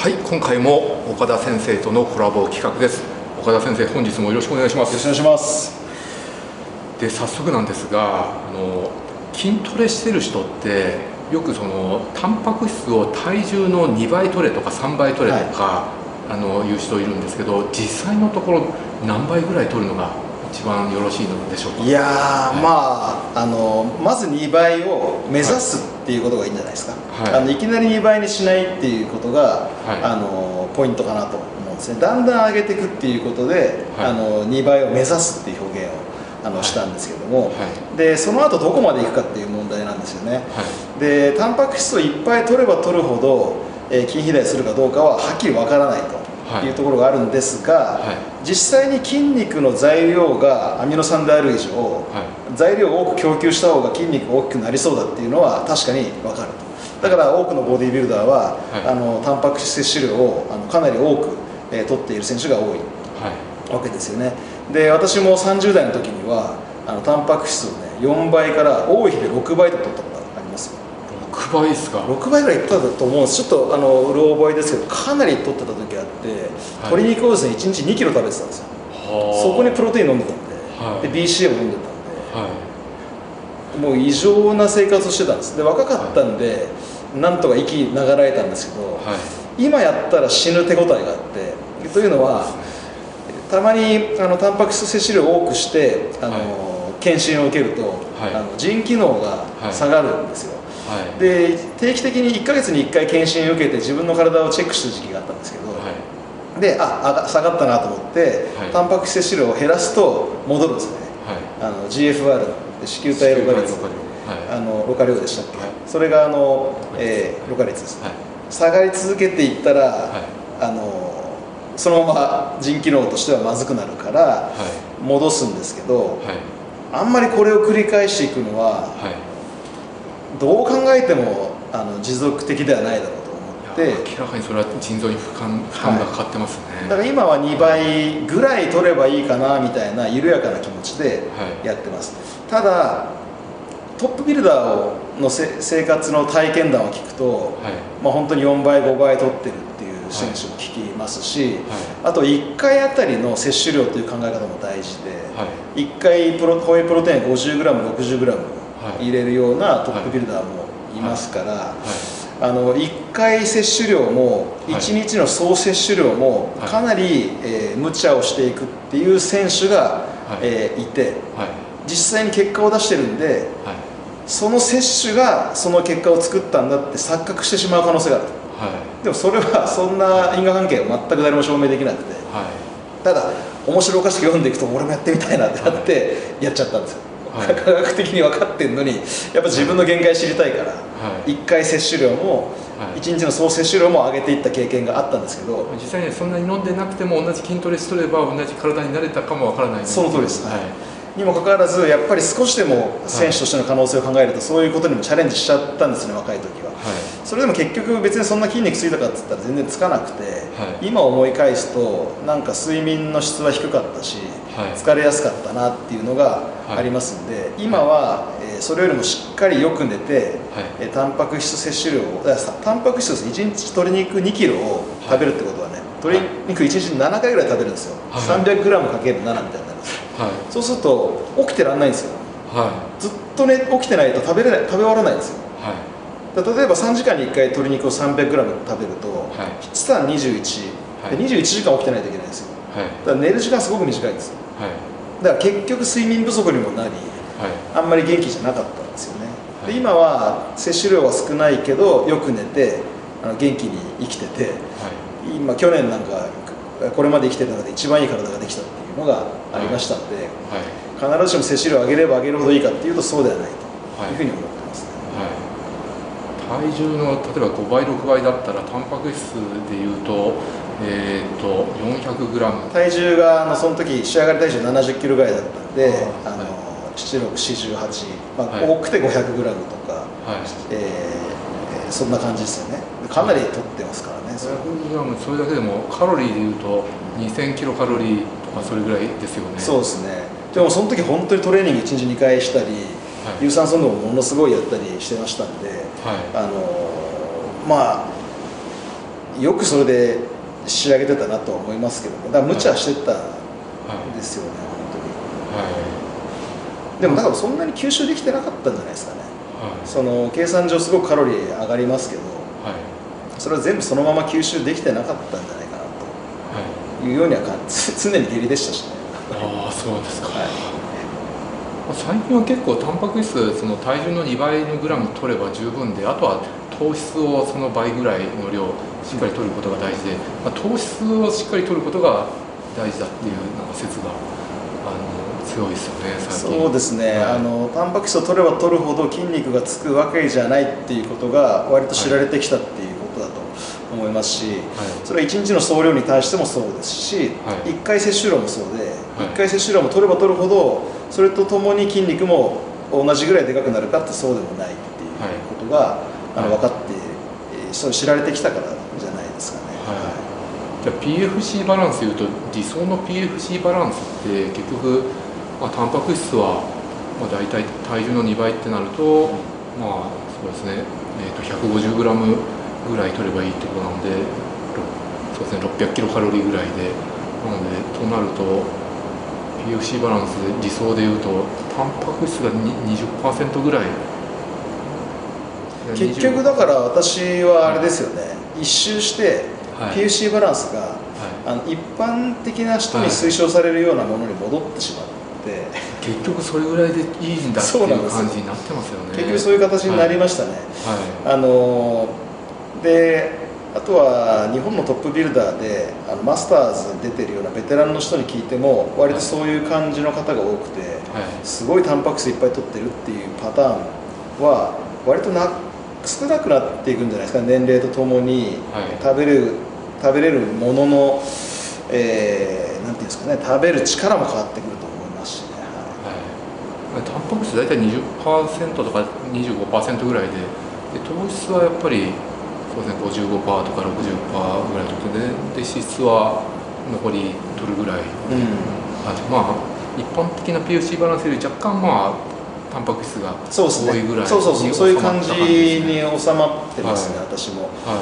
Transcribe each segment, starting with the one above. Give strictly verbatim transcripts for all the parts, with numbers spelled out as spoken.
はい、今回も岡田先生とのコラボ企画です。岡田先生、本日もよろしくお願いします。 よろしくお願いします。 で、早速なんですが、あの筋トレしてる人ってよくそのタンパク質を体重のにばい取れとかさんばい取れとか、はい、あのいう人いるんですけど、実際のところ何倍ぐらい取るのが一番よろしいのでしょうか。 いやー、はい、まあ、あのまずにばいを目指すっていうことがいいんじゃないですか。はい、あのいきなりにばいにしないっていうことが、はい、あのポイントかなと思うんですね。だんだん上げていくっていうことで、はい、あのにばいを目指すっていう表現をあのしたんですけども、はい、でその後どこまでいくかっていう問題なんですよね。はい、でタンパク質をいっぱい取れば取るほど、えー、筋肥大するかどうかははっきりわからないと。いうところがあるんですが、はい、実際に筋肉の材料がアミノ酸である以上、はい、材料を多く供給した方が筋肉が大きくなりそうだっていうのは確かに分かると。だから多くのボディビルダーは、はい、あのタンパク質摂取量をあのかなり多く、えー、取っている選手が多い、はい、わけですよね。で私もさんじゅうだいの時にはあのタンパク質をねよんばいから多い日でろくばいと取ったことがありますよ。 ろくばいですか。 ろくばいぐらいいったと思うんです。ちょっとあのうろ覚えですけど、かなり取ってた時あって、はい、鶏肉をですねいちにちにキロ食べてたんですよ。そこにプロテイン飲んでたんで、はい、で ビーシーエー を飲んでたんで、はい、もう異常な生活をしてたんです。で若かったんで、はい、なんとか息流らえたんですけど、はい、今やったら死ぬ手応えがあって、というのはたまにあのタンパク質摂取量を多くしてあの、はい、検診を受けると、はい、あの腎機能が下がるんですよ。はい、で定期的にいっかげつにいっかい検診を受けて自分の体をチェックした時期があったんですけど、はい、でああ下がったなと思って、はい、タンパク質摂取量を減らすと戻るんですよね。はい、あの ジーエフアール 子宮体ロカ率、はい、あのロカ量でしたっけ、はい、それがあの、えー、ロカ率です、はい、下がり続けていったら、はい、あのそのまま腎機能としてはまずくなるから戻すんですけど、はい、あんまりこれを繰り返していくのは、はい、どう考えてもあの持続的ではないだろうと思って、 明らかにそれは腎臓に負担、負担がかかってますね。 はい、だから今はにばいぐらい取ればいいかなみたいな緩やかな気持ちでやってます。はい、ただトップビルダーのせ生活の体験談を聞くと、はい、まあ本当によんばいごばい取ってるっていう選手も聞きますし、はいはい、あといっかいあたりの摂取量という考え方も大事で、はい、いっかいプロホエイプロテイン ごじゅうグラムろくじゅうグラム 入れるようなトップビルダーもいますから、はいはい、あのいっかい摂取量もいちにちの総摂取量もかなり、えー、無茶をしていくっていう選手が、はいえー、いて、はい、実際に結果を出してるんで、はい、その摂取がその結果を作ったんだって錯覚してしまう可能性がある、はい、でもそれはそんな因果関係は全く誰も証明できなくて、はい、ただ面白おかしく読んでいくと俺もやってみたいなってなってやっちゃったんですよ。はい、科学的に分かってるのにやっぱ自分の限界知りたいから、はい、いっかい摂取量もいちにちの総摂取量も上げていった経験があったんですけど、 実際にそんなに飲んでなくても同じ筋トレしとれば同じ体になれたかも分からない。 その通りです、はい、にもかかわらずやっぱり少しでも選手としての可能性を考えるとそういうことにもチャレンジしちゃったんですね、若い時は。はい、それでも結局別にそんな筋肉ついたかって言ったら全然つかなくて、はい、今思い返すとなんか睡眠の質は低かったし、はい、疲れやすかったなっていうのがありますんで、はい、今は、えー、それよりもしっかりよく寝て、はいえー、タンパク質摂取量をタンパク質ですねいちにち鶏肉にキロを食べるってことはね、はい、鶏肉いちにちななかいぐらい食べるんですよ、はい、さんびゃくグラムかけるなな みたいになるんですよ、はい、そうすると起きてらんないんですよ、はい、ずっと、ね、起きてないと食べれない食べ終わらないんですよ、はい、例えばさんじかんにいっかい鶏肉を さんびゃくグラム 食べると、はい、ひとつにじゅういち、はい、でにじゅういちじかん起きてないといけないんですよ、はい、だから寝る時間すごく短いんですよ、はい、だから結局睡眠不足にもなり、はい、あんまり元気じゃなかったんですよね、はい、で今は摂取量は少ないけどよく寝てあの元気に生きてて、はい、今去年なんかこれまで生きてる中で一番いい体ができたっていうのがありましたので、はいはい、必ずしも摂取量を上げれば上げるほどいいかっていうとそうではないというふうに思ってますね、 はいはい、体重の例えばごばいろくばいだったらタンパク質でいうとえー、と よんひゃくグラム体重があのその時仕上がり体重ななじゅっキロぐらいだったんであの、はい、ななじゅうろく、よんじゅうはち、まあはい、多くて ごひゃくグラム とか、はいえー、そんな感じですよね。かなり取ってますからね。 ごひゃくグラム それだけでもカロリーでいうとにせんキロカロリーとかそれぐらいですよね。 そうですね。でもその時本当にトレーニングいちにちにかいしたり、はい、有酸素運動もものすごいやったりしてましたんで、はい、あのまあよくそれで仕上げてたなとは思いますけどね。だから無茶してたんですよね、はい、本当に、はい、でもだからそんなに吸収できてなかったんじゃないですかね、はい、その計算上すごくカロリー上がりますけど、はい、それは全部そのまま吸収できてなかったんじゃないかなというようには感じ、常に下痢でしたしね。 ああ、そうですか、 はい、 最近は結構タンパク質、その体重のにばいのグラム取れば十分で、あとは糖質をその倍ぐらいの量しっかり取ることが大事で、まあ、糖質をしっかり取ることが大事だっていうなんか説があの強いですよね、最近。 そうですね、はい、あのタンパク質を取れば取るほど筋肉がつくわけじゃないっていうことが割と知られてきたっていうことだと思いますし、はい、それはいちにちの総量に対してもそうですし、はい、いっかい摂取量もそうで、はい、いっかい摂取量も取れば取るほどそれとともに筋肉も同じぐらいでかくなるかってそうでもないっていうことが、はい、あの分かって、えー、そう知られてきたからじゃないですかね。はい、 じゃあ ピーエフシー バランスいうと、理想の ピーエフシー バランスって結局、まあ、タンパク質は、まあ、大体体重のにばいってなると、まあそうですね、えー、と ひゃくごじゅうグラム ぐらい取ればいいってことなので、そうですね、ろっぴゃくキロカロリーぐらいで、なのでとなると ピーエフシー バランスで理想でいうとタンパク質が にじゅっパーセント ぐらい。 結局だから私はあれですよね、はい、一周して ピーエフシー バランスが、はい、あの一般的な人に推奨されるようなものに戻ってしまって、はい、 結局それぐらいでいいんだっていう感じになってますよね。 結局そういう形になりましたね。はいはい、あのであとは日本のトップビルダーであのマスターズ出てるようなベテランの人に聞いても割とそういう感じの方が多くて、はい、すごいタンパク質いっぱい取ってるっていうパターンは割とな少なくなっていくんじゃないですか、年齢とともに、はい、食べる食べれるものの、えー、なんていうんですかね、食べる力も変わってくると思いますしね。 はいはい、タンパク質大体 にじゅっパーセント とか にじゅうごパーセント ぐらいで、で糖質はやっぱりそうですね、ごじゅうごパーセント とか ろくじゅっパーセント ぐらいとってで、で脂質は残り取るぐらい、うん、あまあ一般的な ピーエフシー バランスより若干まあタンパク質が多いぐらい、 そうそうそう、そういう感じに収まってますね、はい、私も。はい、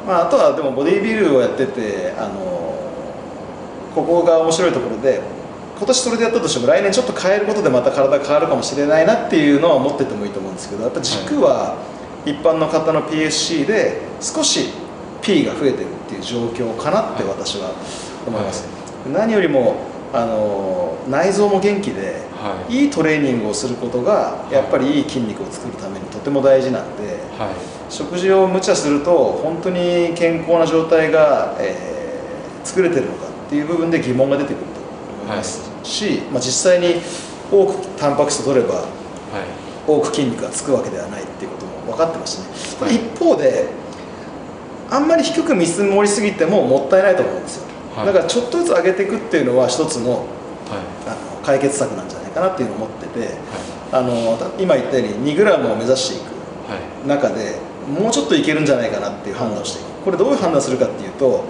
まあ、あとはでもボディビルをやってて、あのここが面白いところで、今年それでやったとしても来年ちょっと変えることでまた体が変わるかもしれないなっていうのは思っててもいいと思うんですけど、やっぱ軸は一般の方の ピーエフシー で少し P が増えてるっていう状況かなって私は思います。はいはい、何よりもあの内臓も元気で、はい、いいトレーニングをすることがやっぱりいい筋肉を作るためにとても大事なんで、はい、食事を無茶すると本当に健康な状態が、えー、作れてるのかっていう部分で疑問が出てくると思いますし、はい、まあ、実際に多くタンパク質を取れば、はい、多く筋肉がつくわけではないっていうことも分かってますね。はい、一方であんまり低く見積もりすぎてももったいないと思うんですよ。だからちょっとずつ上げていくっていうのは一つ の,、はい、あの解決策なんじゃないかなっていうのを思ってて、はい、あの今言ったようににグラムを目指していく中でもうちょっといけるんじゃないかなっていう判断をしていく。これどういう判断するかっていうと、はい、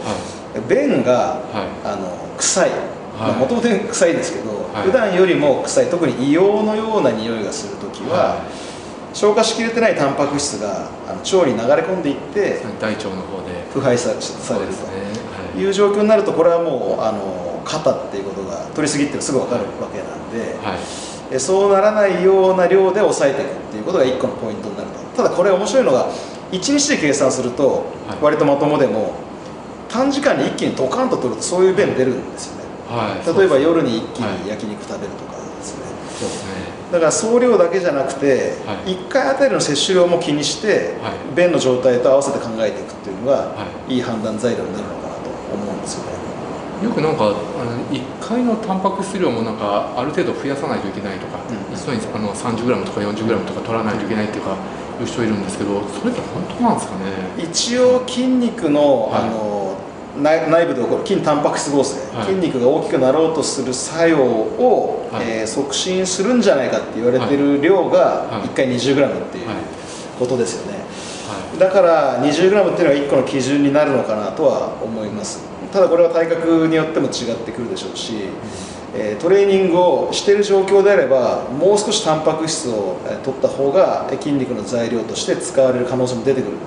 便が、はい、あの臭い、もともと臭いですけど、はい、普段よりも臭い、特に硫黄のような匂いがするときは、はい、消化しきれてないタンパク質があの腸に流れ込んでいって大腸の方で腐敗されるという状況になると、これはもうあの肩っていうことが取りすぎってすぐ分かるわけなんで、はい、そうならないような量で抑えていくっていうことがいっこのポイントになると。ただこれ面白いのがいちにちで計算すると割とまともでも、短時間に一気にドカンと取るとそういう便出るんですよね。はい、例えば夜に一気に焼肉食べるとかですね。そうですね。だから総量だけじゃなくて、はい、いっかいあたりの摂取量も気にして、はい、便の状態と合わせて考えていくっていうのが、はい、いい判断材料になるのかなと思うんですよね。 よくなんかあのいっかいのタンパク質量もなんかある程度増やさないといけないとか、うん、一度にあの さんじゅうグラム とか よんじゅうグラム とか取らないといけないっていうか、いう人いるんですけど、それって本当なんですかね。 一応筋肉の、はい、あの内, 内部で起こる筋タンパク質合成、はい、筋肉が大きくなろうとする作用を、はい、えー、促進するんじゃないかって言われてる量がいっかい にじゅうグラム っていうことですよね。はい、だから にじゅうグラム っていうのがいっこの基準になるのかなとは思います。ただこれは体格によっても違ってくるでしょうし、うん、えー、トレーニングをしている状況であればもう少しタンパク質を取った方が筋肉の材料として使われる可能性も出てくるので、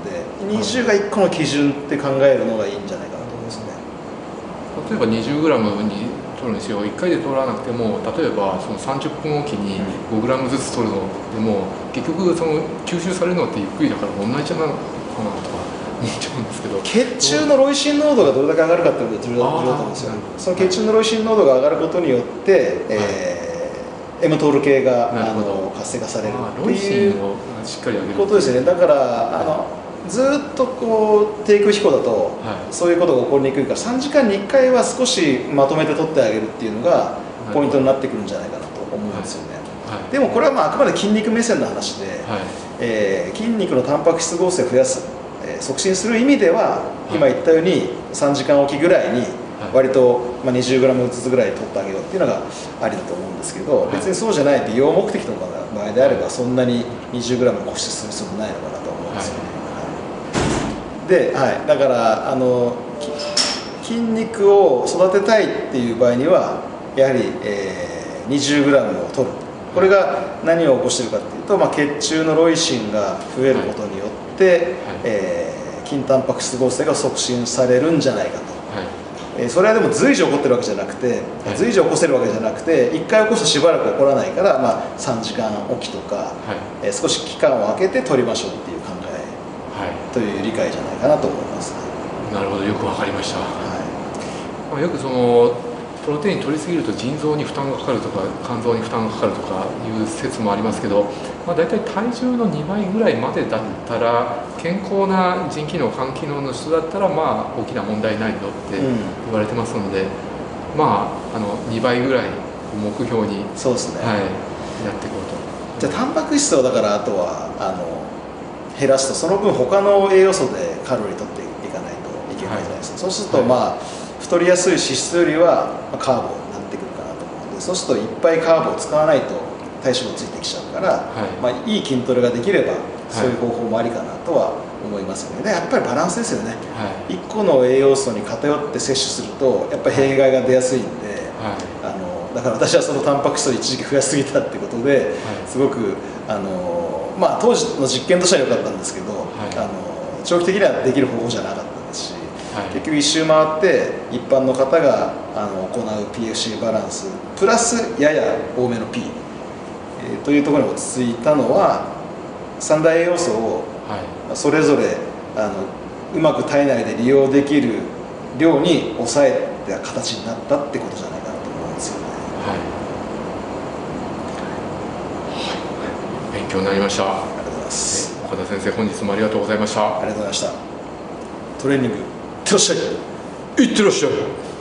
にじゅうがいっこの基準って考えるのがいいんじゃないかなと思いますね。 例えば にじゅうグラム に取るにしよう、いっかいで取らなくても、例えばそのさんじゅっぷんおきに ごグラム ずつ取るのでも、結局その吸収されるのってゆっくりだから同じじゃないかなとか思っちゃうんですけど、 血中のロイシン濃度がどれだけ上がるかっていうのが重要だと思うんですよ。その血中のロイシン濃度が上がることによって、えー、エムトール系があの活性化されるっていうことですよね。だからあのずっとこう低空飛行だと、はい、そういうことが起こりにくいから、さんじかんにいっかいは少しまとめて取ってあげるっていうのがポイントになってくるんじゃないかなと思うんですよね。はいはい、でもこれはまああくまで筋肉目線の話で、はい、えー、筋肉のタンパク質合成を増やす、えー、促進する意味では、今言ったようにさんじかんおきぐらいに割とまあ にじゅうグラム ずつぐらい取ってあげようっていうのがありだと思うんですけど、別にそうじゃない美容目的とかの場合であれば、そんなに にじゅうグラム 固執する必要もないのかなと思うんですよね。で、はい、だからあの筋肉を育てたいっていう場合にはやはり、えー、にじゅうグラム を取る。これが何を起こしているかっていうと、まあ、血中のロイシンが増えることによって、はい、えー、筋タンパク質合成が促進されるんじゃないかと、はい、えー、それはでも随時起こってるわけじゃなくて、はい、随時起こせるわけじゃなくて、いっかい起こすとしばらく起こらないから、まあ、さんじかんおきとか、はい、えー、少し期間を空けて取りましょうっていう考えという理解じゃないかなと思います。 なるほど、よくわかりました。はい、まあ、よくそのプロテイン取りすぎると腎臓に負担がかかるとか肝臓に負担がかかるとかいう説もありますけど、まあ、大体体重のにばいぐらいまでだったら、健康な腎機能肝機能の人だったらまあ大きな問題ないよって言われてますので、うん、まあ、あのにばいぐらい目標に、 そうですね、 はい、やっていこうと。じゃあタンパク質をだからあとはあの減らすと、その分他の栄養素でカロリー取っていかないといけないじゃないですか。はい、そうすると、まあ、はい、太りやすい脂質よりはカーボになってくるかなと思うので、そうするといっぱいカーボを使わないと体脂肪ついてきちゃうから、はい、まあ、いい筋トレができればそういう方法もありかなとは思いますよね。でやっぱりバランスですよね。はい、いっこの栄養素に偏って摂取するとやっぱり弊害が出やすいんで、はい、あのだから私はそのタンパク質を一時期増やしすぎたってことで、はい、すごくあの、まあ、当時の実験としては良かったんですけど、はい、あの長期的にはできる方法じゃなかったですし、はい、結局一周回って一般の方があの行う ピーエフシー バランスプラスやや多めの P、えー、というところに落ち着いたのは、三大栄養素をそれぞれあのうまく体内で利用できる量に抑えた形になったってことじゃないかなと思うんですよね。 はい、勉強になりました。ありがとうございます。 岡田先生、本日もありがとうございました。 ありがとうございました。トレーニングいってらっしゃい。 いってらっしゃい。